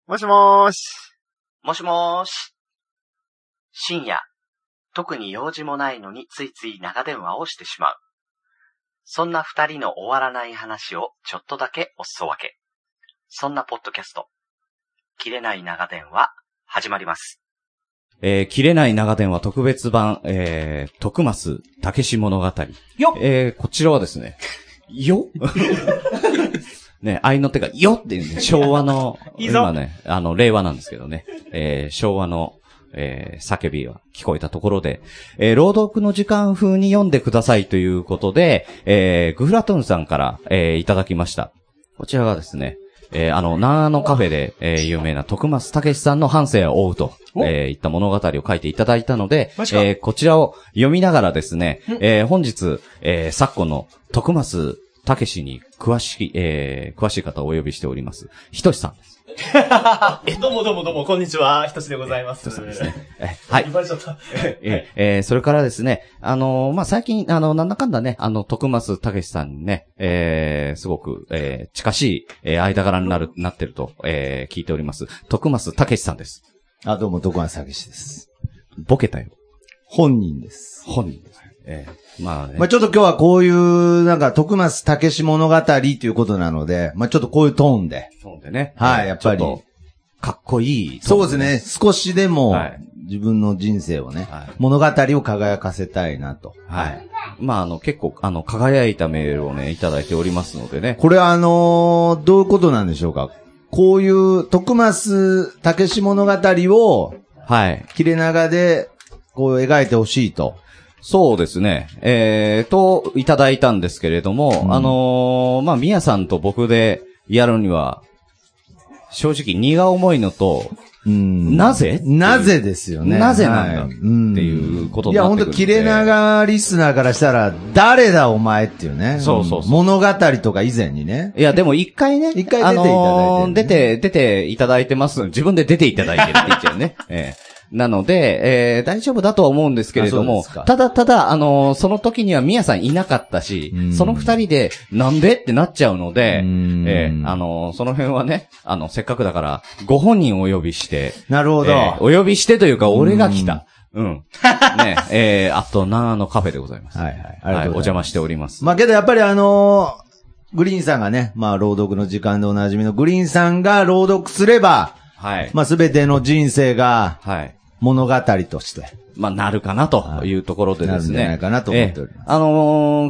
もしもーし。 もしもーし。深夜、特に用事もないのについつい長電話をしてしまう。そんな二人の終わらない話をちょっとだけおすそ分け。そんなポッドキャスト、切れない長電話、始まります。 切れない長電話特別版、徳増たけし物語。 よこちらはですね、よね、愛の手がよっていうね、昭和の、今ね、令和なんですけどね、昭和の、叫びが聞こえたところで、朗読の時間風に読んでくださいということで、グフラトンさんから、いただきました。こちらがですね、長野カフェで、有名な徳増たけしさんの半生を追うと、いった物語を書いていただいたので、こちらを読みながらですね、本日、昨今の徳増たけしに詳しい方をお呼びしております。ひとしさんです。 どうも、こんにちは。ひとしでございます。 そうですね。はい。 言われちゃった。 それからですね、最近、なんだかんだね、徳増たけしさんにね、すごく、近しい、間柄になってると、聞いております。徳増たけしさんです。 どうも、徳松武史です。 ボケたよ。 本人です。 本人です。まあね。 ちょっと今日はこういう、徳松武史物語ということなので、ちょっとこういうトーンで。 トーンでね。 はい、やっぱり。 ちょっとかっこいい、 そうですね。少しでも、自分の人生をね、物語を輝かせたいなと。 はい。結構、輝いたメールをね、いただいておりますのでね。 これどういうことなんでしょうか。こういう、徳増武史物語を、 はい。 切れ長で、こう描いてほしいと。 そうですね。いただいたんですけれども、みやさんと僕でやるには、正直荷が重いのと、なぜですよね。 なぜなんだ、っていうことになってくるので。いや、 ほんと、切れ長リスナーからしたら、誰だお前っていうね。 そう。 物語とか以前にね。 いや、でも一回ね、 出ていただいて、 出ていただいてます。自分で出ていただいてるって言っちゃうね。なので、大丈夫だとは思うんですけれども、ただ、その時にはミヤさんいなかったし、その二人で、なんでってなっちゃうので、その辺はね、せっかくだから、ご本人をお呼びして、 なるほど。 お呼びしてというか、俺が来た。ね、長野カフェでございます。はい。お邪魔しております。 けどやっぱりグリーンさんがね、朗読の時間でおなじみのグリーンさんが朗読すれば、 はい。 すべての人生が、 はい。 物語として。 なるかなというところでですね。なるんじゃないかなと思っております。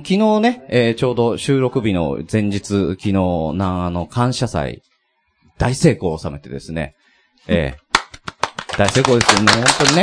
昨日ね、ちょうど収録日の前日、昨日、感謝祭、大成功を収めてですね。大成功ですよね、本当にね。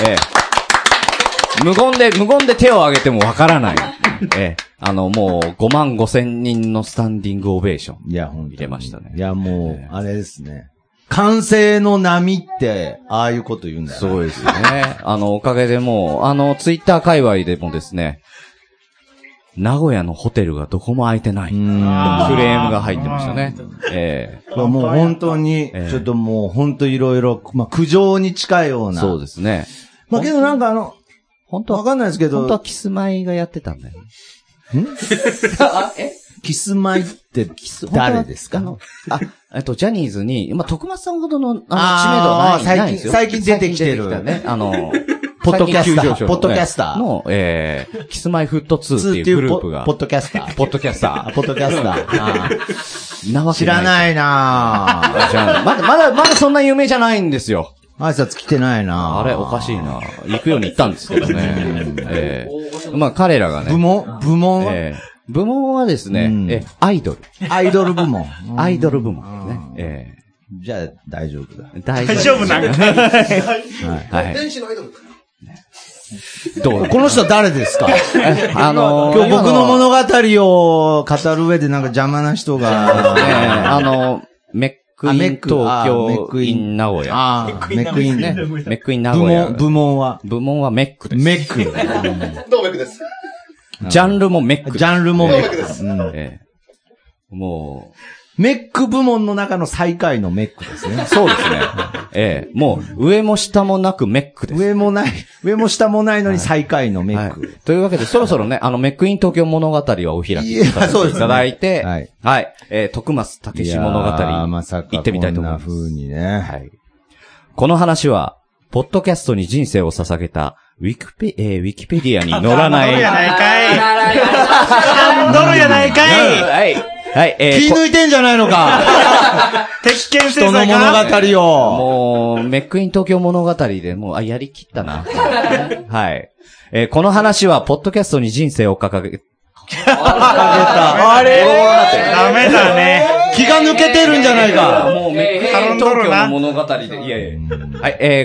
無言で手を挙げてもわからない。もう5万5千人のスタンディングオベーション。 いや、本当に。 入れましたね。 いや、もう、あれですね。歓声の波って、ああいうこと言うんだよね。 そうですね。おかげでもう、ツイッター界隈でもですね、名古屋のホテルがどこも空いてない。クレームが入ってましたね。 もう本当に、ちょっともう本当いろいろ、苦情に近いような。 そうですね。 けど本当わかんないですけど。 本当はキスマイがやってたんだよね。 キスマイって誰ですか？ ジャニーズに、徳松さんほどの、知名度はないんですよ。 最近出てきてる。 ね。 ポッドキャスター。 の、キスマイフット2っていうグループが。 ポッドキャスター。 なわけ知らないなぁ。 まだそんな有名じゃないんですよ。 挨拶来てないなぁ。 あれ、おかしいなぁ。行くように言ったんですけどね。彼らがね。 部門部門はですね、アイドル部門。アイドル部門ね。 じゃあ、大丈夫だ。 大丈夫なんだ。はい。 天使のアイドル。 どうこの人誰ですか？今日僕の物語を語る上で邪魔な人が。 メックイン東京、メックイン名古屋。 メックインね。 メックイン名古屋。 部門はメックです。 メック。 どうメックです。 ジャンルもメック。 ジャンルもメックです。 もう。 メック部門の中の最下位のメックですね。 そうですね。もう、上も下もなくメックです。 上も下もないのに最下位のメック。 はい。というわけで、そろそろね、メックイン東京物語はお開きいただいて、 はい。 はい。徳松武史物語、 まさか行ってみたいと思います。 こんな風にね。 はい。この話は、ポッドキャストに人生を捧げた、ウィキペディアに載らない。 ハンドルやないかい。ハンドルやないかい。 はい。はい。 気抜いてんじゃないのか。 鉄拳制人の裁物語を。 もう、メックイン東京物語でもう、やりきったな。はい。この話は、ポッドキャストに人生を掲げ、 あれダメだね。 気が抜けてるんじゃないか。 もう、メックイン東京の物語で、いやいや。はい、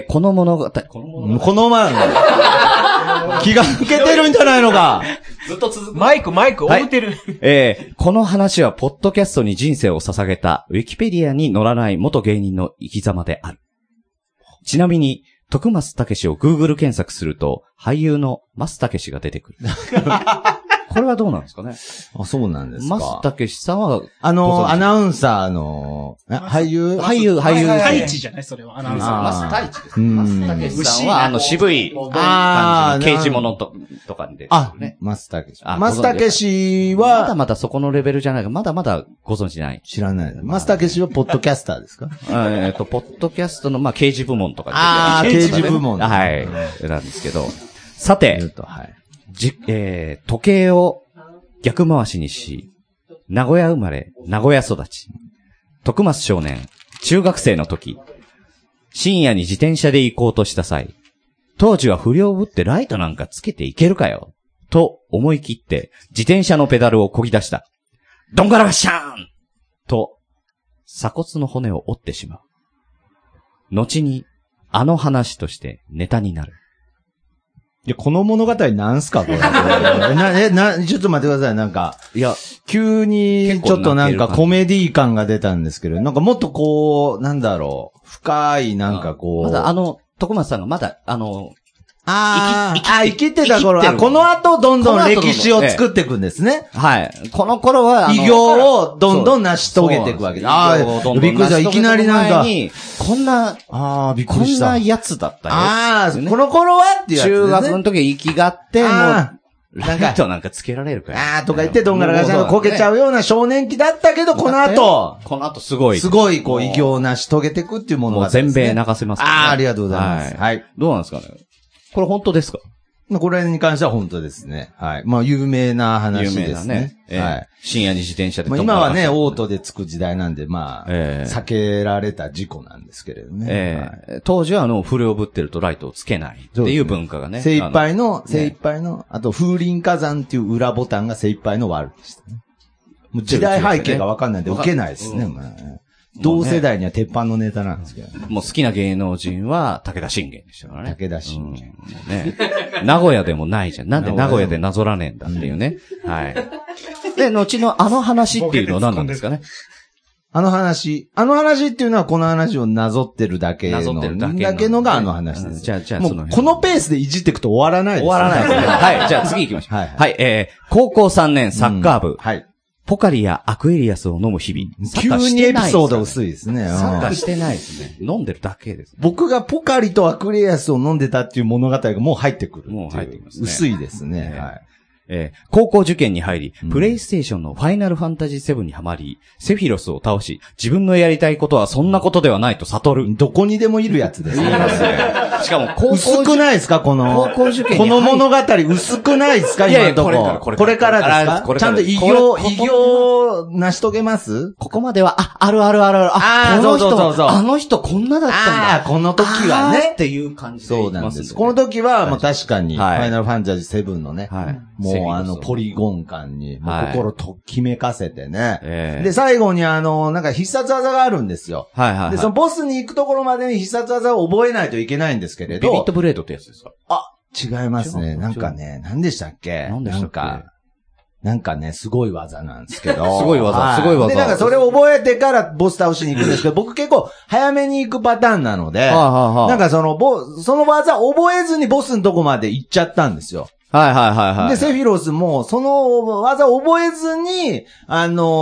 この物語、 この前の。気が抜けてるんじゃないのか。 ずっと続く。 マイク、置いてる。 この話は、ポッドキャストに人生を捧げた、ウィキペディアに載らない元芸人の生き様である。ちなみに、徳松武史を Google 検索すると、俳優の増武史が出てくる。これはどうなんですかね。 あ、そうなんですか。 増武史さんは、 アナウンサーの、俳優。 太一じゃないそれは。アナウンサー。 増太一です。増武史さんは、渋い感じの刑事物とかで。 あ、増武史。増武史は、 まだまだそこのレベルじゃないか。まだまだご存知ない。 知らない。増武史はポッドキャスターですか？ ポッドキャストの、刑事部門とか。 刑事部門。 はい。なんですけど。さて、 はい。 時計を逆回しにし、名古屋生まれ、名古屋育ち。徳松少年、中学生の時、深夜に自転車で行こうとした際、当時は不良ぶってライトなんかつけていけるかよ、と思い切って自転車のペダルを漕ぎ出した。どんがらがっしゃーんと、鎖骨の骨を折ってしまう。後に、あの話としてネタになる。 いや、この物語なんすかこれ。ちょっと待ってください。なんか、いや、急に、ちょっとなんかコメディ感が出たんですけど、なんかもっとこう、なんだろう、深い、なんかこう。 まだ徳松さんがまだ、 生きてた頃、この後どんどん歴史を作っていくんですね。 はい。この頃は、 偉業をどんどん成し遂げていくわけです。びっくりした。いきなりなんか、 こんな、 びっくりした。 こんなやつだったよ。 この頃はっていうやつですね。 中学の時生きがって、もう、ライトなんかつけられるから。 とか言ってどんがらがしゃんこけちゃうような少年期だったけど、この後すごい、 こう、偉業を成し遂げていくっていうものが。 もう全米流せますから。 ありがとうございます。はい。 どうなんですかね。これ本当ですか？ これに関しては本当ですね。はい。まあ、有名な話ですね。 はい。深夜に自転車で。 今はね、オートで着く時代なんで、まあ、避けられた事故なんですけれどね。 当時は不良ぶってるとライトをつけないっていう文化がね。 精一杯の、あと風林火山っていう裏ボタンが精一杯の悪でしたね。もう時代背景がわかんないんで受けないですね。同世代には鉄板のネタなんですけど、ね。 もう好きな芸能人は武田信玄でしたからね。 武田信玄。 ね。名古屋でもないじゃん。なんで名古屋でなぞらねえんだっていうね。はい。で、後のあの話っていうのは何なんですかね。 あの話っていうのはこの話をなぞってるだけのがあの話です。 じゃあ、 もうこのペースでいじっていくと終わらないです。 終わらないですね。はい。じゃあ次行きましょう。はい。高校3年サッカー部。はい。ポカリやアクエリアスを飲む日々。 急にエピソード薄いですね。 サッカーしてないですね。飲んでるだけです。 僕がポカリとアクエリアスを飲んでたっていう物語がもう入ってくる。 もう入ってきますね。 薄いですね。はい。 高校受験に入り、プレイステーションのファイナルファンタジー7にハマり、セフィロスを倒し、自分のやりたいことはそんなことではないと悟る。 どこにでもいるやつですね。 しかも薄くないですかこの物語薄くないですか今のとこ。これからですかちゃんと偉業成し遂げますここまでは、ある。あの人こんなだったんだ。 この時はね。 っていう感じで。 そうなんです。この時は、まあ確かに、ファイナルファンタジー7のね。もうポリゴン感に、心ときめかせてね。で、最後になんか必殺技があるんですよ。で、そのボスに行くところまでに必殺技を覚えないといけないんですけれど。 ビビットブレードってやつですか？ 違いますね。なんかね、何でしたっけ？なんかね、すごい技なんですけど。 すごい技。 で、なんかそれを覚えてからボス倒しに行くんですけど、僕結構早めに行くパターンなので、なんかその技覚えずにボスのとこまで行っちゃったんですよ。で、セフィロスも、その技を覚えずに、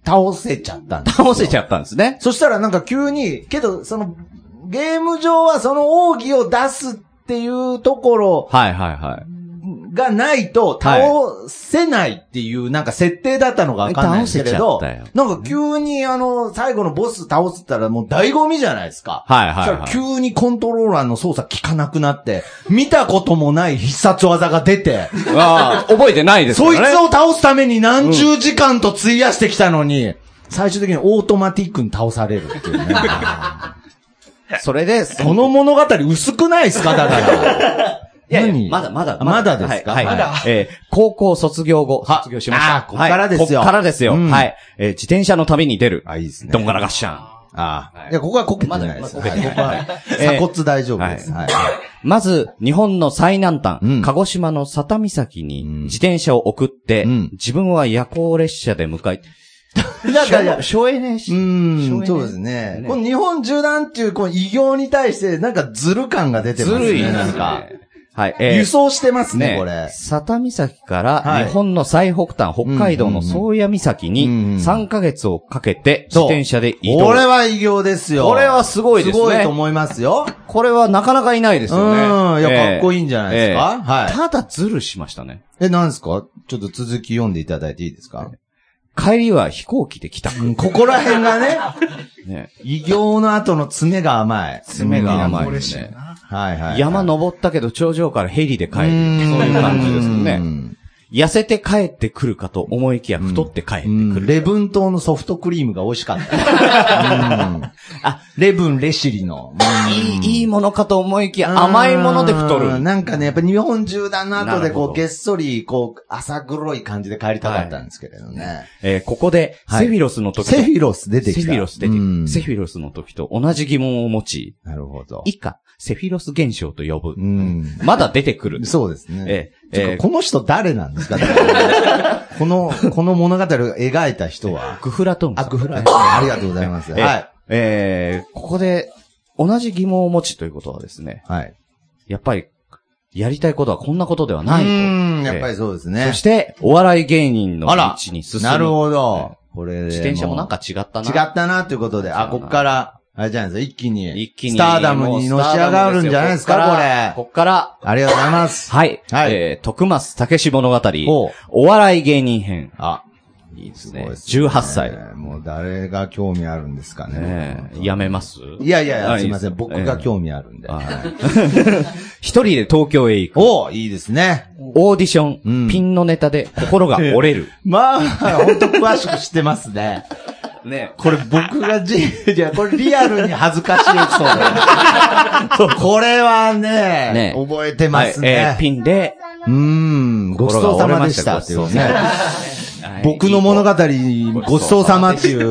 倒せちゃったんですよ。 倒せちゃったんですね。 そしたらなんか急に、けど、ゲーム上はその奥義を出すっていうところ。 はいはいはい。 がないと倒せないっていうなんか設定だったのがわかんないんですけれど、なんか急に最後のボス倒すったらもう醍醐味じゃないですか。 はいはいはい。 急にコントローラーの操作効かなくなって、見たこともない必殺技が出て、 覚えてないですよね。 そいつを倒すために何十時間と費やしてきたのに、最終的にオートマティックに倒されるっていうね。 それで、 その物語薄くないですかだから。 いやいや、まだですかはい。はい。高校卒業後、卒業しました。 こっからですよ。 こっからですよ。はい。自転車の旅に出る。 いいですね。 どんがらがっしゃん。 いや、ここはこけてないです。はい。ここは、鎖骨大丈夫です。はい。 まず、日本の最南端、鹿児島の佐多岬に自転車を送って、自分は夜行列車で向かい、省エネそうですね。この日本縦断っていうこの異業に対してなんかズル感が出てますね。 ずるいなんか。はい。 輸送してますね、これ。 佐多岬から日本の最北端、北海道の宗谷岬に3ヶ月をかけて自転車で移動。 これは異業ですよ。 これはすごいですね。 すごいと思いますよ。 これはなかなかいないですよね。 いや、かっこいいんじゃないですか。はい。 ただズルしましたね。 何ですか？ちょっと続き読んでいただいていいですか？ 帰りは飛行機で来た。 ここら辺がね。異業の後の爪が甘い。 爪が甘いですね。 はいはい。 山登ったけど頂上からヘリで帰る。そういう感じですよね。痩せて帰ってくるかと思いきや太って帰ってくる。 レブン島のソフトクリームが美味しかった。レブンレシリの。 いいものかと思いきや甘いもので太る。 なんかね、やっぱ日本縦断の後でこうげっそりこう朝黒い感じで帰りたかったんですけれどね。 ここでセフィロスの時セフィロス出てきた。 セフィロス出てきた。セフィロスの時と同じ疑問を持ち。 なるほど。 以下、セフィロス現象と呼ぶ。まだ出てくる。 そうですね。この人誰なんですかこの物語を描いた人はグフラトンさん。 グフラトン。ありがとうございます。はい。 ここで同じ疑問を持ちということはですね。 はい。 やっぱり、やりたいことはこんなことではないと。 やっぱりそうですね。 そして、お笑い芸人の道に進む。 なるほど。これ自転車もなんか違ったな。 違ったなということで、こっから、あれじゃないですか、一気に、スターダムにのし上がるんじゃないですか、これ。 こっから、 ありがとうございます。 はい。徳増武史物語、お笑い芸人編。いいですね。18歳。 もう誰が興味あるんですかね。 やめます？ いや、すいません。僕が興味あるんで。 一人で東京へ行く。 いいですね。 オーディション、ピンのネタで心が折れる。 まあ、ほんと詳しく知ってますね。 ね。 これ僕がこれリアルに恥ずかしいエピソード。これはね、覚えてますね。 ピンで、 ごちそうさまでしたっていうね。僕の物語、ごちそうさまっていう、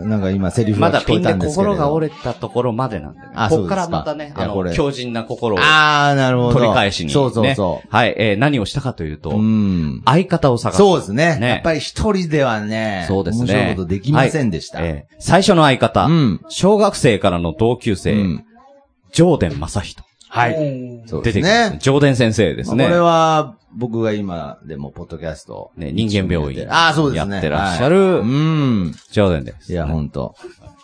なんか今セリフが聞こえたんですけど。 まだピンで心が折れたところまでなんでね。こっからまたね、強靭な心を。 なるほど。 取り返しに。 そう。 はい、何をしたかというと、相方を探す。 そうですね。やっぱり一人ではね、そうですね。面白いことできませんでした。 最初の相方、小学生からの同級生、上田正人。 はい。 出てきます。上田先生ですね。 これは、僕が今でもポッドキャスト。 ね、人間病院。 そうですね。 やってらっしゃる。上田です。 いや、ほんと。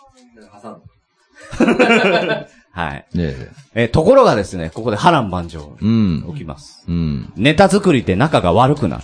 はい。ところがですね、ここで波乱万丈。起きます。ネタ作りで仲が悪くなる。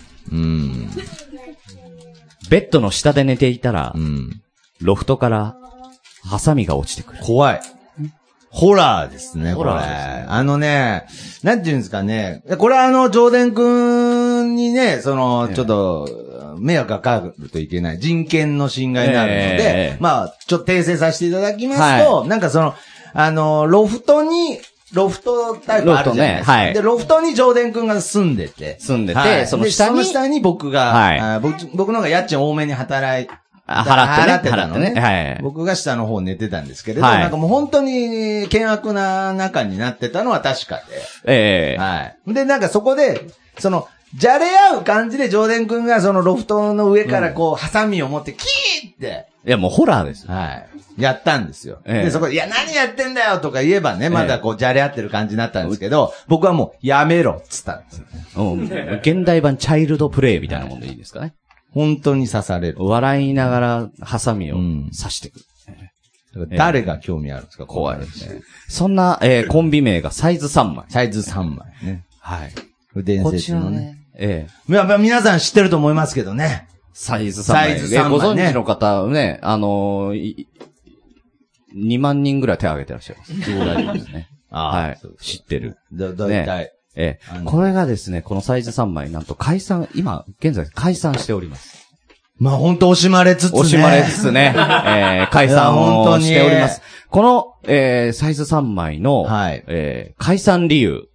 ベッドの下で寝ていたら、ロフトからハサミが落ちてくる。 怖い。ホラーですね、これ。なんていうんですかね。これ上田くんにね、ちょっと、迷惑がかかるといけない人権の侵害になるので、ちょっと訂正させていただきますと、なんかロフトタイプあるじゃないですか。で、ロフトに上田くんが住んでて、その下に僕が、僕の方が家賃多めに払ってたのね。僕が下の方寝てたんですけれど、なんかもう本当に険悪な仲になってたのは確かで。で、なんかそこで、じゃれ合う感じで上田くんがそのロフトの上からこう、ハサミを持ってキーって。 いや、もうホラーです。 やったんですよ。で、そこで、いや、何やってんだよとか言えばね、まだこう、じゃれ合ってる感じになったんですけど、僕はもう、やめろっつったんですよ。 現代版チャイルドプレイみたいなもんでいいですかね。 本当に刺される。 笑いながら、ハサミを刺してくる。 誰が興味あるんですか？ 怖いですね。そんな、コンビ名がサイズ3枚。 サイズ3枚ね。 はい。 伝説のね。 皆さん知ってると思いますけどね。 サイズ3枚。ご存知の方ね、2万人ぐらい手を挙げてらっしゃいます。大丈夫ですね。はい。知ってる。 だいたい。 これがですね、このサイズ3枚、なんと現在解散しております。 まあ本当惜しまれつつね。 惜しまれつつね、解散をしております。この、サイズ3枚の、解散理由。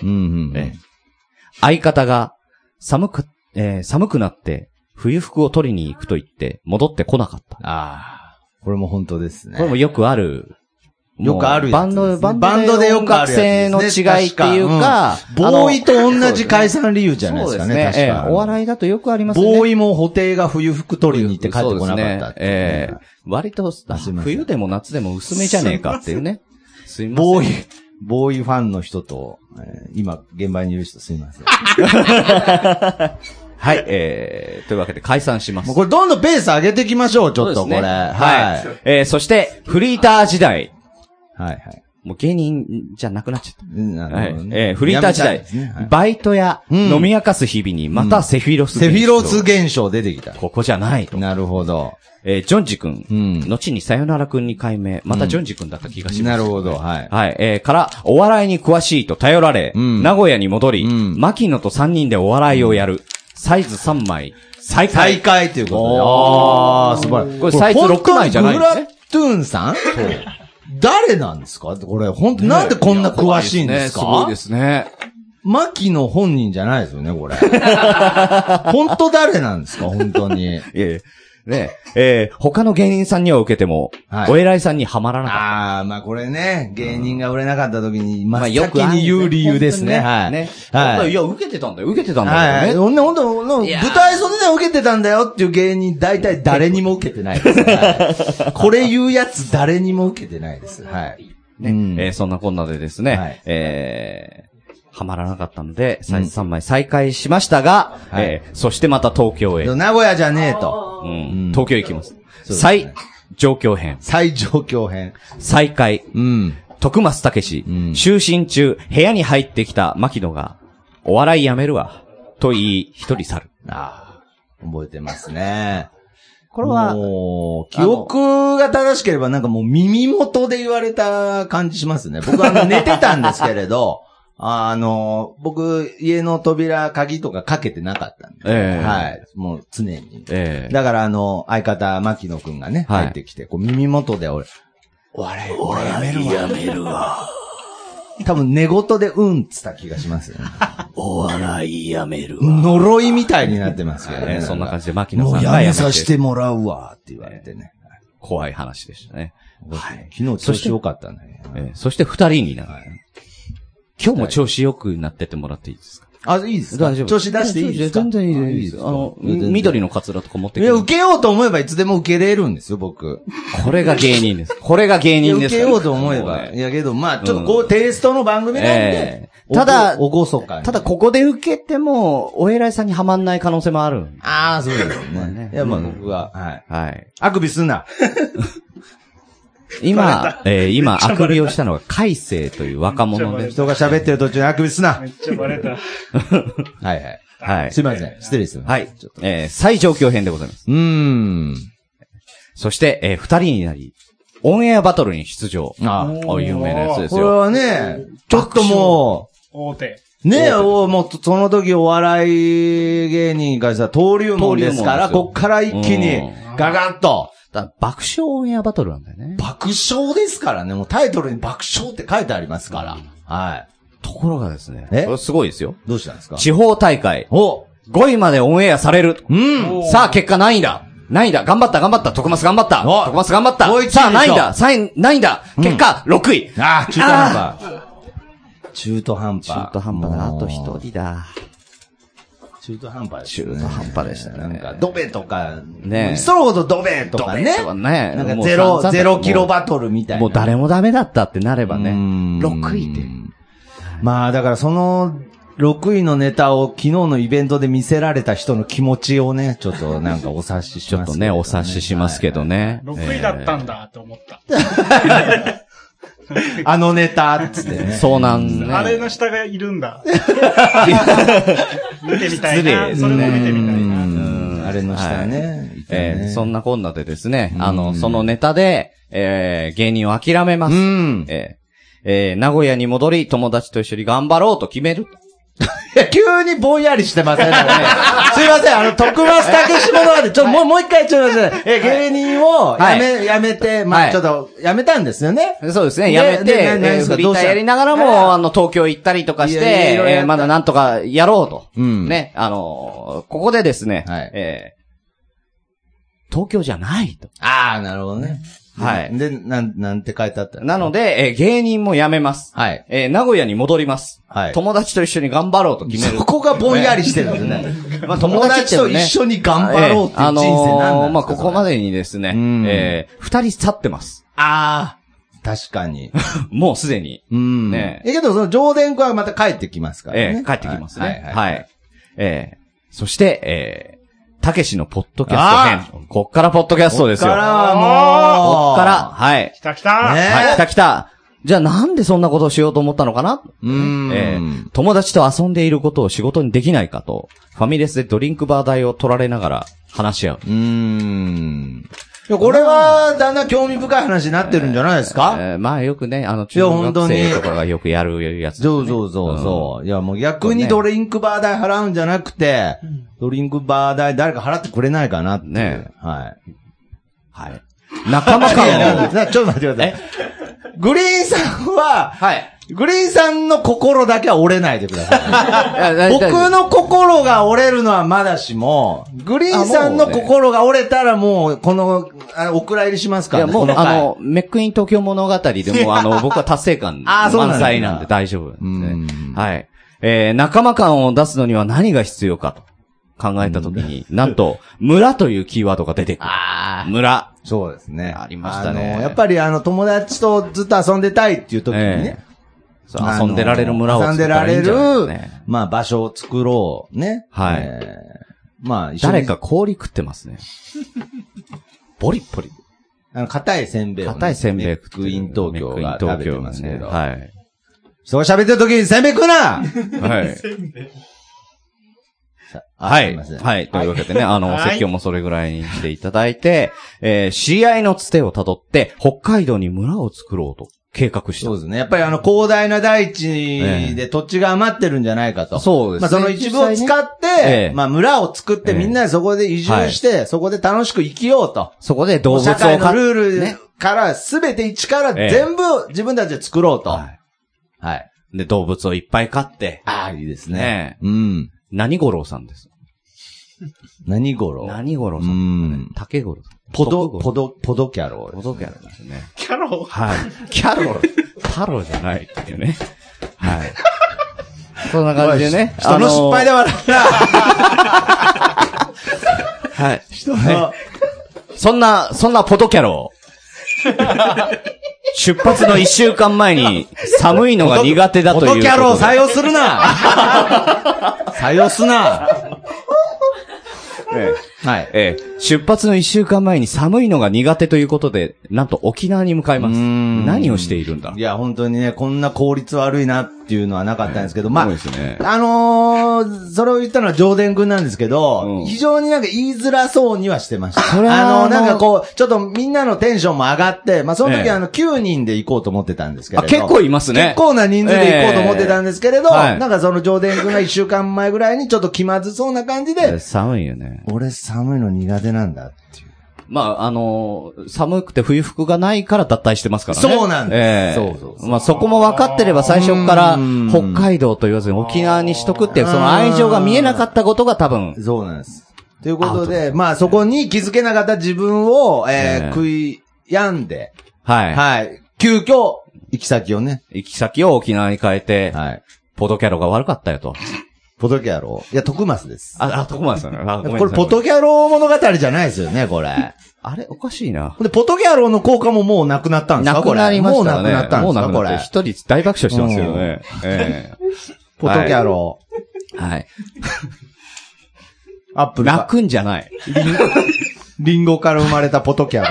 相方が寒くなって冬服を取りに行くと言って戻ってこなかった。 これも本当ですね。 これもよくある。 よくあるやつですね。 バンドでよくあるやつですね。の違いっていうか、 ボーイと同じ解散理由じゃないですかね、確か。 お笑いだとよくありますね。 ボーイも布袋が冬服取りに行って帰ってこなかった。 割と、冬でも夏でも薄めじゃねえかっていうね。すいません。 ボーイファンの人と、今、現場にいる人すいません。 はい、というわけで解散します。 もうこれどんどんペース上げていきましょう、ちょっとこれ。 はい。そして、フリーター時代。 はいはい。 もう芸人じゃなくなっちゃった。フリーター時代、バイトや飲み明かす日々にまたセフィロス現象。 セフィロス現象出てきた。 ここじゃないと。 なるほど。 ジョンジ君、後にさよなら君に改名、またジョンジ君だった気がします。 なるほど、はい。 はい、から、お笑いに詳しいと頼られ、名古屋に戻り、牧野と3人でお笑いをやる、サイズ3枚、再開。 再開ということで。素晴らしい。 これサイズ6枚じゃないんですね。 グラトゥーンさん誰なんですかこれ、本当なんでこんな詳しいんですか？ すごいですね。 牧野本人じゃないですよね、これ。本当誰なんですか本当に。 いやいや。ね他の芸人さんには受けても、お偉いさんにはまらなかった。 まあこれね、芸人が売れなかった時に、まあ先に言う理由ですね。はい。 はい。いや、受けてたんだよね。 ほんと、舞台袖では受けてたんだよっていう芸人、大体誰にも受けてないです。これ言うやつ誰にも受けてないです。はい。 ね。そんなこんなでですね、はまらなかったので、サイズ3枚再開しましたが、そしてまた東京へ。 名古屋じゃねえと。 東京行きます。再上京編。 再上京編。 再開。徳松武史。就寝中、部屋に入ってきた牧野が、お笑いやめるわ。と言い、一人去る。 覚えてますね。 これは、 記憶が正しければなんかもう耳元で言われた感じしますね。僕は寝てたんですけれど、僕、家の扉、鍵とかかけてなかったんで。はい。もう常に。だから相方、牧野くんがね、入ってきて、こう耳元で俺やめるわ。多分寝言でうんっつった気がしますよね。 お笑いやめるわ。 呪いみたいになってますけどね。 そんな感じで牧野さんがもうやめさせてもらうわって言われてね。 怖い話でしたね。 はい。昨日調子良かったね。 そして二人になる。今日も調子良くなっててもらっていいですか？ いいですか？調子出していいですか？ 全然いいです。緑のカツラとか持ってきて。 いや、受けようと思えばいつでも受けれるんですよ、僕。 これが芸人です。これが芸人です。 受けようと思えば。いやけど、まあちょっとこう、テイストの番組なんで。 ただ、 ただここで受けても、お偉いさんにはまんない可能性もある。 そうですね。いや、まあ僕は、 はい。 あくびすんな。 今、あくびをしたのが、海星という若者で。 人が喋ってる途中にあくびすな。 めっちゃバレた。 はい。 すいません。失礼です。 はい。最上京編でございます。そして、二人になり、オンエアバトルに出場。有名なやつですよ。 これはね、ちょっともう、大手。 ねもう、その時お笑い芸人がさ、登竜門ですから、こっから一気に、ガガッと。 爆笑オンエアバトルなんだよね。 爆笑ですからね。もうタイトルに爆笑って書いてありますから。はい。 ところがですね。これすごいですよ。 どうしたんですか？ 地方大会。5位までオンエアされる。さあ、結果何位だ？何位だ？頑張った。徳松頑張った。さあ、何位だ？何位だ？結果、6位。 中途半端だ。あと1人だ。 中途半端でしたね。 なんか、ドベとか、ね。そのほどドベとかね。なんか0キロバトルみたいな。 もう誰もダメだったってなればね。6位って。 まあ、だからその、 6位のネタを昨日のイベントで見せられた人の気持ちをね、ちょっとなんかお察ししますけどね。 ちょっとね、お察ししますけどね。 6位だったんだと思った。 あのネタっつってね。 そうなんね。 あれの下がいるんだ。見てみたいな。それも見てみたいな。 あれの下ね。 そんなこんなでですね、そのネタで、芸人を諦めます。名古屋に戻り、友達と一緒に頑張ろうと決める。 いや、急にぼんやりしてませんね。すいません、徳松竹下物語、ちょっともう一回言っちゃいますね。芸人をやめて、まあちょっと、やめたんですよね。 そうですね、やめて、フリーターやりながらも、東京行ったりとかして、まだなんとかやろうと。ね、ここでですね、東京じゃないと。 ああ、なるほどね。はい。で、なんて書いてあったなので、芸人も辞めます。はい。名古屋に戻ります。はい。友達と一緒に頑張ろうと決める。 そこがぼんやりしてるんですね。まあ、友達と一緒に頑張ろうっていう人生なんですかまあ、ここまでにですね、二人去ってます。 ああ。確かに。 もうすでに。 ねえ。けど、その上田君はまた帰ってきますからね。 帰ってきますね。はい。そして、たけしのポッドキャスト編。こっからポッドキャストですよ。 こっからはもう。こっから、はい。 来た。 はい、来た。じゃあなんでそんなことをしようと思ったのかな友達と遊んでいることを仕事にできないかと、ファミレスでドリンクバー代を取られながら話し合う。 これは、だんだん興味深い話になってるんじゃないですかまあよくね、中学生とかがよくやるやつ、ね。 そう。いやもう逆にドリンクバー代払うんじゃなくて、ドリンクバー代誰か払ってくれないかなって。ね。はい。 はい。仲間感を。ちょっと待ってください。グリーンさんは、はい。グリーンさんの心だけは折れないでください。僕の心が折れるのはまだしも、グリーンさんの心が折れたらもう、この、お蔵入りしますからね。 いや、もう、メックイン東京物語でも、僕は達成感満載なんで大丈夫ですね。はい。仲間感を出すのには何が必要かと考えたときに、なんと、村というキーワードが出てくる。村。 そうですね。 ありましたね。 やっぱり友達とずっと遊んでたいっていう時にね。 遊んでられる村を作ったらいいんじゃないですかね。 まあ場所を作ろうね。 はい。 まあ誰か氷食ってますね。ボリッボリ。 硬いせんべいをね。 硬いせんべいメックイン東京が食べてますけど。 はい。 人が喋ってる時にせんべい食うなはい。はい。はい。というわけでね、お説教もそれぐらいにしていただいて、知り合いのつてをたどって、北海道に村を作ろうと計画した。 そうですね。やっぱり広大な大地で土地が余ってるんじゃないかと。 そうですね。 まあその一部を使って、まあ村を作ってみんなでそこで移住して、そこで楽しく生きようと。 そこで動物を社会のルールからすべて一から全部自分たちで作ろうと。はい。 で、動物をいっぱい飼って。 ああ、いいですね。うん。 何五郎さんです。 何五郎何五郎さん。竹五郎さん。 ポドキャロ。 ポドキャロですね。 キャロはい。キャロ。タロじゃないっていうね。はい。そんな感じでね。 人の失敗で笑うな。 はい。人の。そんなポドキャロ。出発の1週間前に寒いのが苦手だという。 ポドキャロを採用するな採用すなはい。出発の1週間前に寒いのが苦手ということで、なんと沖縄に向かいます。何をしているんだ？ いや、本当にね、こんな効率悪いなっていうのはなかったんですけど、まあ、 そうですね。 それを言ったのは上田くんなんですけど、非常になんか言いづらそうにはしてました。なんかこう、ちょっとみんなのテンションも上がって、まあその時9人で行こうと思ってたんですけれど。 結構いますね。 結構な人数で行こうと思ってたんですけれど、なんかその上田くんが1週間前ぐらいにちょっと気まずそうな感じで、 寒いよね。 俺寒いの苦手なんだっていう。 まあ、寒くて冬服がないから脱退してますからね。 そうなんです。そう。 まあ、そこも分かってれば最初から北海道と言わずに沖縄にしとくっていう、その愛情が見えなかったことが多分。 そうなんです。ということで、まあ、そこに気づけなかった自分を、悔やんで、 はい。 はい。急遽、行き先をね。 行き先を沖縄に変えて、 はい。 ポドキャロが悪かったよと。 ポトキャロいや、徳松です。 徳松だね。 これ、ポトキャロ物語じゃないですよね、これ。 あれおかしいな。 で、ポトキャロの効果ももうなくなったんですか？ なくなりましたね。 もうなくなったんですか？これ。 一人大爆笑してますけどね。 ポトキャロ。 はい。 アップル。 泣くんじゃない。 リンゴから生まれたポトキャロ。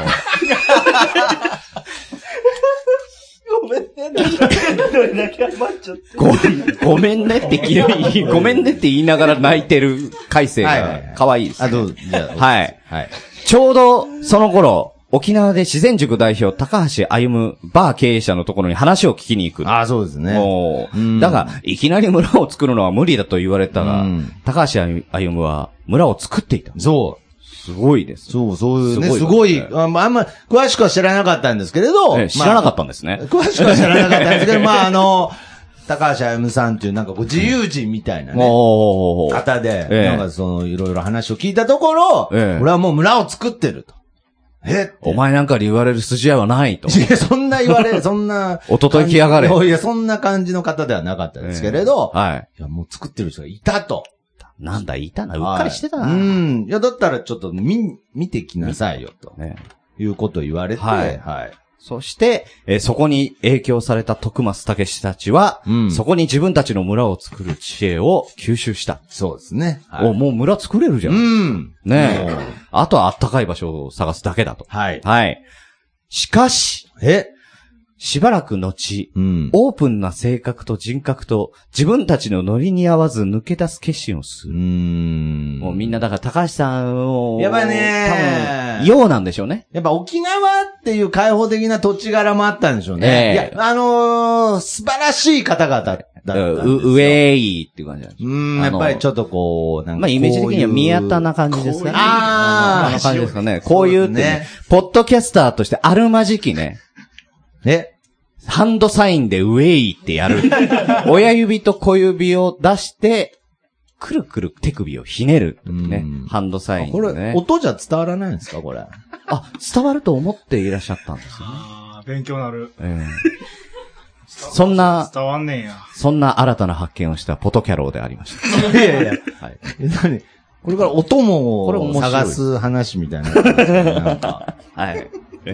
ごめんね。 ごめんねってごめんねって言いながら泣いてる海星が可愛いですね。 どうぞ。 はい。はい。ちょうどその頃、沖縄で自然塾代表高橋歩バー経営者のところに話を聞きに行く。 そうですね。 だが、いきなり村を作るのは無理だと言われたが、高橋歩は村を作っていた。 そう。 すごいです。 そういうね、すごい、あんま詳しくは知らなかったんですけれど。 知らなかったんですね。 詳しくは知らなかったんですけど、高橋歩さんっていうなんかこう自由人みたいなね、方で、なんかいろいろ話を聞いたところ、俺はもう村を作ってると。 お前なんかに言われる筋合いはないと。 いや、そんな言われ、そんな。 おととい来やがれ。 いや、そんな感じの方ではなかったですけれど、 はい。 いや、もう作ってる人がいたと。 なんだ、いたな。うっかりしてたな。 いや、だったらちょっと見てきなさいよ、と。いうことを言われて、はい。 そして、そこに影響された徳松武史たちは、そこに自分たちの村を作る知恵を吸収した。 そうですね。 もう村作れるじゃん。ねえ。あとはあったかい場所を探すだけだと。はい。はい。しかし、しばらく後、オープンな性格と人格と自分たちのノリに合わず抜け出す決心をする。もうみんなだから高橋さんを、 やっぱね、 多分、ようなんでしょうね。 やっぱ沖縄っていう開放的な土地柄もあったんでしょうね。いや、素晴らしい方々だったんですよ。 ウェイっていう感じなんです。 やっぱりちょっとこう、なんかイメージ的には宮田な感じですかね。あんな感じですかね。こういうってね、ポッドキャスターとしてあるまじきね。ハンドサインでウェイってやる。親指と小指を出して、くるくる手首をひねる。ね。ハンドサイン、ね。 これ、音じゃ伝わらないんですかこれ。 伝わると思っていらっしゃったんですよね。 勉強なる。 そんな、 伝わんねんや。 そんな新たな発見をしたポトキャローでありました。 いや。はい。何これからお供を探す話みたいな。なんか。 はい。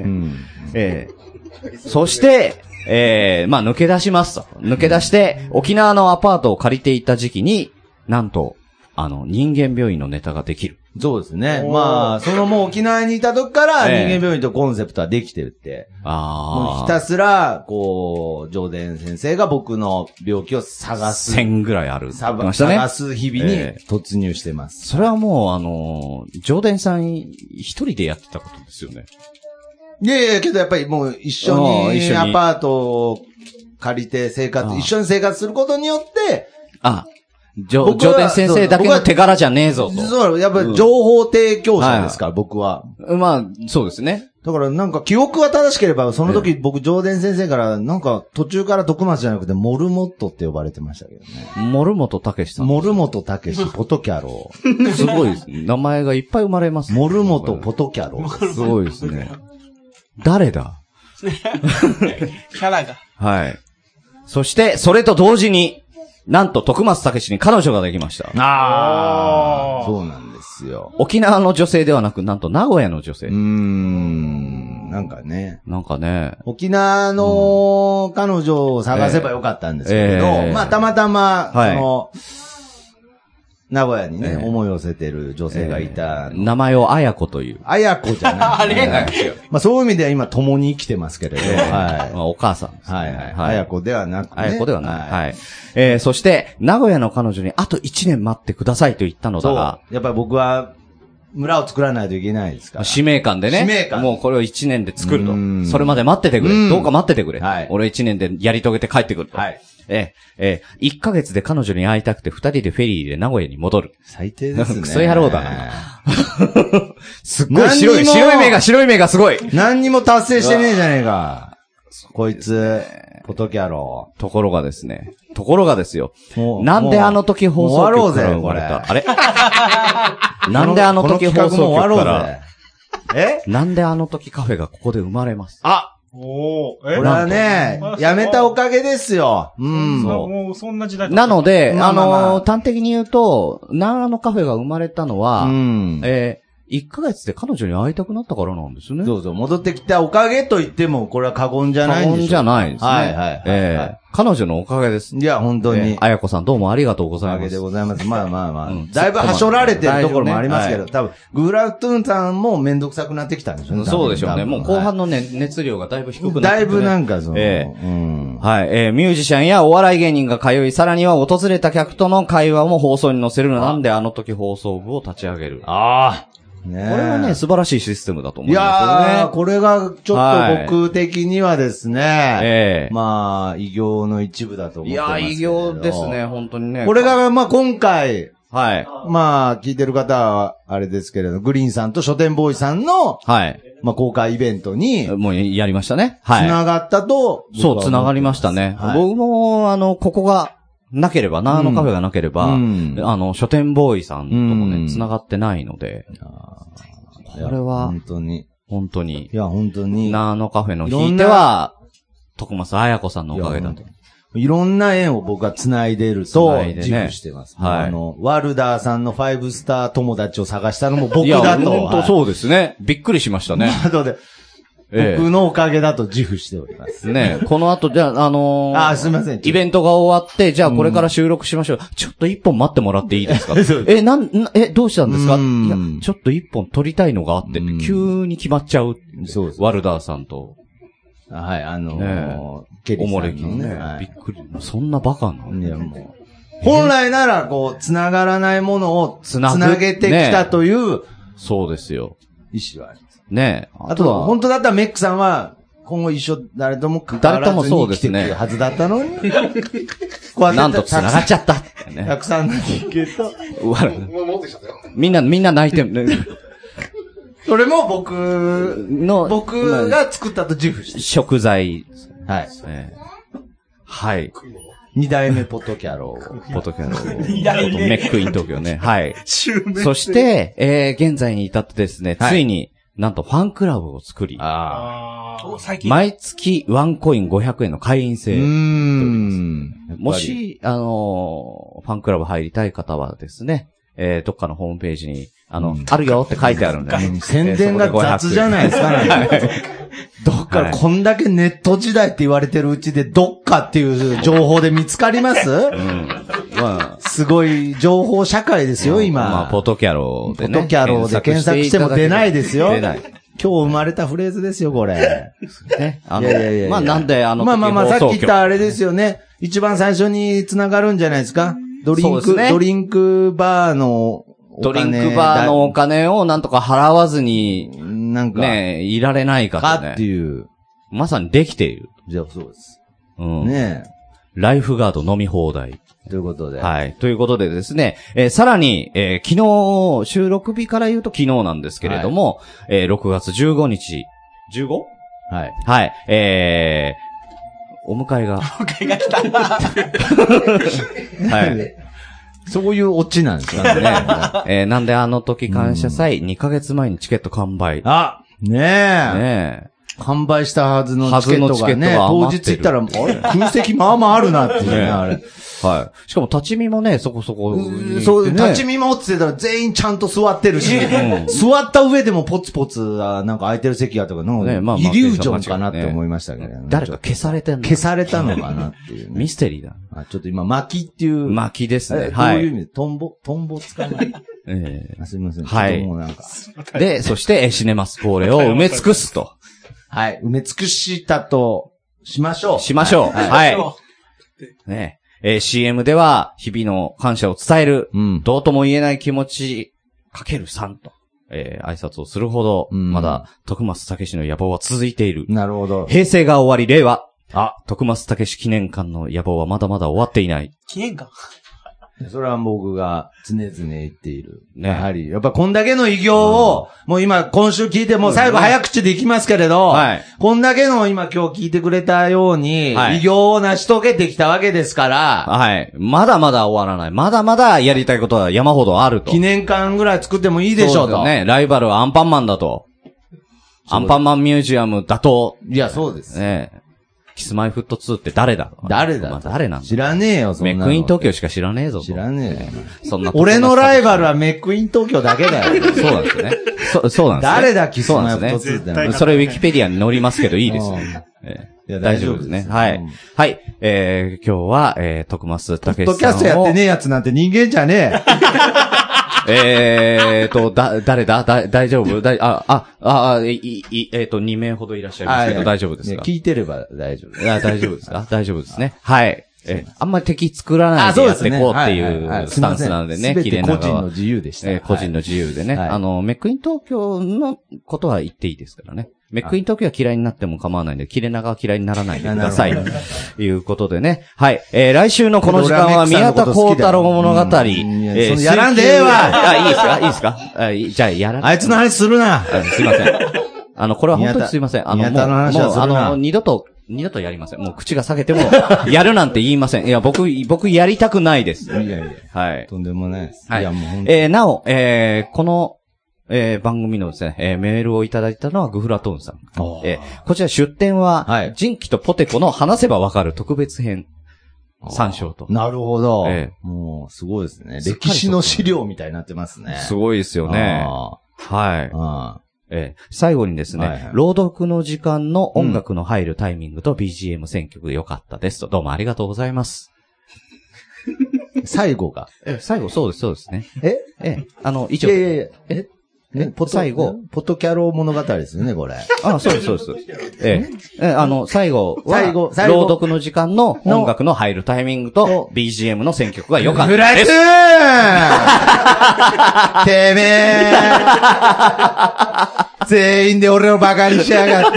そして、抜け出しますと。抜け出して、沖縄のアパートを借りていた時期に、なんと、人間病院のネタができる。 そうですね。もう沖縄にいた時から人間病院とコンセプトはできてるって。もうひたすら、こう、上田先生が僕の病気を探す。 1000ぐらいある。 探す日々に突入してます。 それはもう、上田さん一人でやってたことですよね。 いや、けどやっぱりもう一緒にアパートを借りて一緒に生活することによって、 上田先生だけの手柄じゃねえぞと。 そう、やっぱり情報提供者ですから、僕は。 そうですね。 だからなんか記憶が正しければ、その時僕上田先生からなんか途中から徳松じゃなくてモルモットって呼ばれてましたけどね。 モルモトたけしさん。 モルモトたけし、ポトキャロー。すごいですね。名前がいっぱい生まれますね。 モルモト、ポトキャロー。 すごいですね。誰だキャラが。 はい。そして、それと同時に、なんと徳松武史に彼女ができました。 そうなんですよ。 沖縄の女性ではなく、なんと名古屋の女性。 なんかね。 沖縄の彼女を探せばよかったんですけど、たまたま、名古屋にね、思い寄せてる女性がいた。 名前を綾子という。 綾子じゃない。あれなんですよ。そういう意味では今共に生きてますけれど。はい。 お母さん。 はい。綾子ではなくね。 綾子ではない。はい。そして、名古屋の彼女にあと1年待ってくださいと言ったのだが。 やっぱり僕は、村を作らないといけないですから。 使命感でね。 使命感。 もうこれを1年で作ると。それまで待っててくれ。どうか待っててくれ。俺1年でやり遂げて帰ってくると。1ヶ月で彼女に会いたくて2人でフェリーで名古屋に戻る。 最低ですね。 クソ野郎だな。すっごい白い目がすごい。 何にも達成してねえじゃねえか。こいつ、ポトキャロー。 ところがですよ。なんであの時放送局から生まれた？あれなんであの時放送局から、なんであの時カフェがここで生まれます。 これはね、やめたおかげですよ。 もうそんな時代なので、端的に言うと、あのカフェが生まれたのは、 1ヶ月で彼女に会いたくなったからなんですね。 そうそう、戻ってきたおかげと言っても、これは過言じゃないんですよ。過言じゃないですね。 はい。 彼女のおかげです。 いや、本当に。 あやこさんどうもありがとうございます。 おかげでございます。まあ。だいぶはしょられてるところもありますけど、多分、グラトゥーンさんもめんどくさくなってきたんでしょうね。 そうでしょうね。もう後半のね、熱量がだいぶ低くなってきて。 だいぶなんかはい。 ミュージシャンやお笑い芸人が通い、さらには訪れた客との会話も放送に載せるのなんであの時放送部を立ち上げる。 ね、 これはね、素晴らしいシステムだと思いますよね。 いやー、これがちょっと僕的にはですね、まあ、偉業の一部だと思ってますけど。いや、 偉業ですね、本当にね。 これが、まあ今回、 はい。 まあ、聞いてる方は、あれですけれど、グリーンさんと書店ボーイさんの、 はい。 まあ公開イベントに、 もうやりましたね。はい。 繋がったと、 そう、繋がりましたね。はい、僕も、ここが、なければ、ナーノカフェがなければ、書店ボーイさんともね、繋がってないので、これは、本当に。 いや、本当に。 ナーノカフェのひいては、徳松彩子さんのおかげだと。 いろんな縁を僕は繋いでると、自負してます。 はい。 ワルダーさんの5スター友達を探したのも僕だと。いや、 本当そうですね。びっくりしましたね。 後で。僕のおかげだと自負しております。 ねこの後、じゃあ、 すみません。 イベントが終わって、じゃあこれから収録しましょう。ちょっと一本待ってもらっていいですかどうしたんですかいや、ちょっと一本撮りたいのがあって、急に決まっちゃう。 そうです。 ワルダーさんと。 はい、 ケリーさんのね。びっくり。そんなバカなの？ いや、もう。本来なら、こう、繋がらないものを、繋げてきたという、 そうですよ。 意思はあります。 ねえ。 あとは、本当だったらメックさんは、今後一緒、誰とも関わらずに来てくるはずだったのに。 なんと繋がっちゃった。 たくさんの人間と。 みんな泣いてる。 それも僕が作ったと自負して。 食材。 はい。 はい。 二代目ポトキャロ。 二代目。メックイン東京ね。はい。そして、現在に至ってですね、ついに、なんとファンクラブを作り、毎月ワンコイン500円の会員制。もし、ファンクラブ入りたい方はですね、どっかのホームページに、あるよって書いてあるんで、 宣伝が雑じゃないですかね。どっかこんだけネット時代って言われてるうちでどっかっていう情報で見つかりますすごい情報社会ですよ、今。 まあ、ポトキャロでね。 ポトキャロで検索しても出ないですよ。出ない。今日生まれたフレーズですよ、これ。 ね。いや。まあ、なんでまあ、さっき言ったあれですよね。一番最初に繋がるんじゃないですか。ドリンクバーのお金をなんとか払わずに、なんか、ね、いられないかとね。 っていう。 まさにできている。 じゃあ、そうです。 ねえ。ライフガード飲み放題。 ということで。 はい。ということでですね、さらに、昨日、収録日から言うと昨日なんですけれども、6月15日、15? はい。 はい。お迎えが。 お迎えが来た。 はい。 そういうオチなんですかね。なんであの時感謝祭、2ヶ月前にチケット完売。 ねえ。完売したはずのチケットがね、当日行ったら、空席まあまああるなっていうね、あれ。 はい。しかも立ち見もね、そこそこ。 そう、立ち見もって言ったら全員ちゃんと座ってるし、座った上でもポツポツ、なんか空いてる席やとかの、イリュージョンかなって思いましたけどね。 誰か消されてんの？ 消されたのかなっていう。 ミステリーだ。 ちょっと今、巻きっていう。 巻きですね。 はい。どういう意味でトンボ使わない。すみません。 はい。で、そして、シネマスコーレを埋め尽くすと。 はい。埋め尽くしたとしましょう。 はい。ね。CM では、日々の感謝を伝える、どうとも言えない気持ち、かける3と、挨拶をするほど、まだ、徳松武史の野望は続いている。 なるほど。 平成が終わり、令和。徳松武史記念館の野望はまだまだ終わっていない。 記念館それは僕が常々言っている。ね。やはり、やっぱこんだけの偉業を、もう今週聞いても最後早口でいきますけれど、こんだけの今日聞いてくれたように、偉業を成し遂げてきたわけですから、 はい。まだまだ終わらない。まだまだやりたいことは山ほどあると。 記念館ぐらい作ってもいいでしょうと。 ね。ライバルはアンパンマンだと。アンパンマンミュージアムだと。 いや、そうです。 ね。 キスマイフット2って誰だ誰だ、 まあ、誰なんだ知らねえよ、そんなの。 メックイン東京しか知らねえぞ。 知らねえよ。 そんな。 俺のライバルはメックイン東京だけだよ。 そうなんですよね。そうなんですね。 誰だ、キスマイフット2って。 それウィキペディアに載りますけどいいですよ。大丈夫ですね。はい。はい。今日は、徳松たけしさんを。ポッドキャストやってねえやつなんて人間じゃねえ。誰だ大丈夫2名ほどいらっしゃいますけど大丈夫ですか？ 聞いてれば大丈夫。 大丈夫ですか？大丈夫ですね。はい。あんまり敵作らないでやっていこうっていうスタンスなんでね、 綺麗な個人の自由でした。 個人の自由でね。メックイン東京のことは言っていいですからね。メックイン東京は嫌いになっても構わないんで、切れ長は嫌いにならないでください。ということでね。はい。来週のこの時間は宮田幸太郎物語。 やらんでええわ。 いいですかじゃあやらあいつの話するな。 すいません。これは本当にすいません。 宮田の話はするな。 二度とやりません。もう口が裂けても、やるなんて言いません。いや、僕やりたくないです。 いや。 はい。 とんでもないです。 はい。 いや、もう本当に。 なお、この、番組のですね、メールをいただいたのはグフラトーンさん。こちら出展は、人気とポテコの話せばわかる特別編。参照と。 なるほど。もう、すごいですね。歴史の資料みたいになってますね。 すごいですよね。はい。最後にですね、朗読の時間の音楽の入るタイミングと BGM 選曲良かったですと。どうもありがとうございます。 最後が。 最後、そうですね。以上。 最後、ポッドキャロ物語ですよね、これ。 そうです。最後は、朗読の時間の音楽の入るタイミングと BGM の選曲が良かったです。 フライトてめえ全員で俺をバカにしやがって。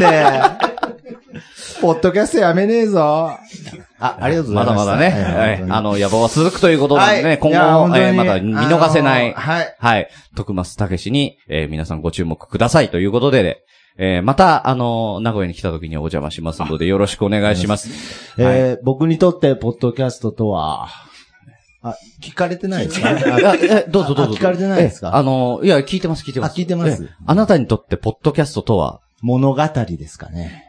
ポッドキャストやめねえぞ。ありがとうございます。 まだまだね、野望は続くということでね、今後、まだ見逃せない、徳松たけしに、皆さんご注目くださいということで、また、名古屋に来た時にお邪魔しますので、よろしくお願いします。 僕にとって、ポッドキャストとは、聞かれてないですか？ どうぞ。 聞かれてないですか？ いや、聞いてます。 聞いてます。 あなたにとって、ポッドキャストとは物語ですかね。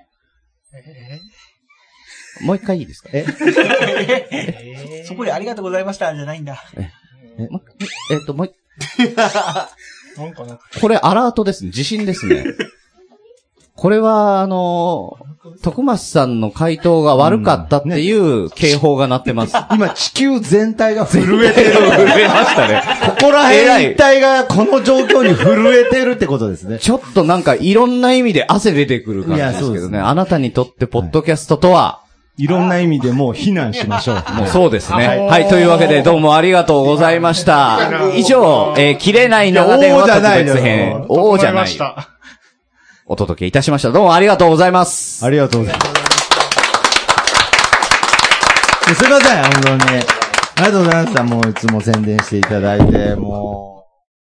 もう一回いいですか？ そこでありがとうございましたじゃないんだ。 もうこれアラートですね。地震ですね。これは、徳松さんの回答が悪かったっていう警報が鳴ってます。 今、地球全体が震えてる。 震えましたね。 ここら辺一体がこの状況に震えてるってことですね。 ちょっとなんかいろんな意味で汗出てくる感じですけどね。あなたにとってポッドキャストとは、 いろんな意味でもう避難しましょう。 もうそうですね。はい。というわけでどうもありがとうございました。以上、切れない長電話特別編。王じゃない。お届けいたしました。どうもありがとうございます。 ありがとうございます。すいません、本当に。ありがとうございました。もういつも宣伝していただいて、もう。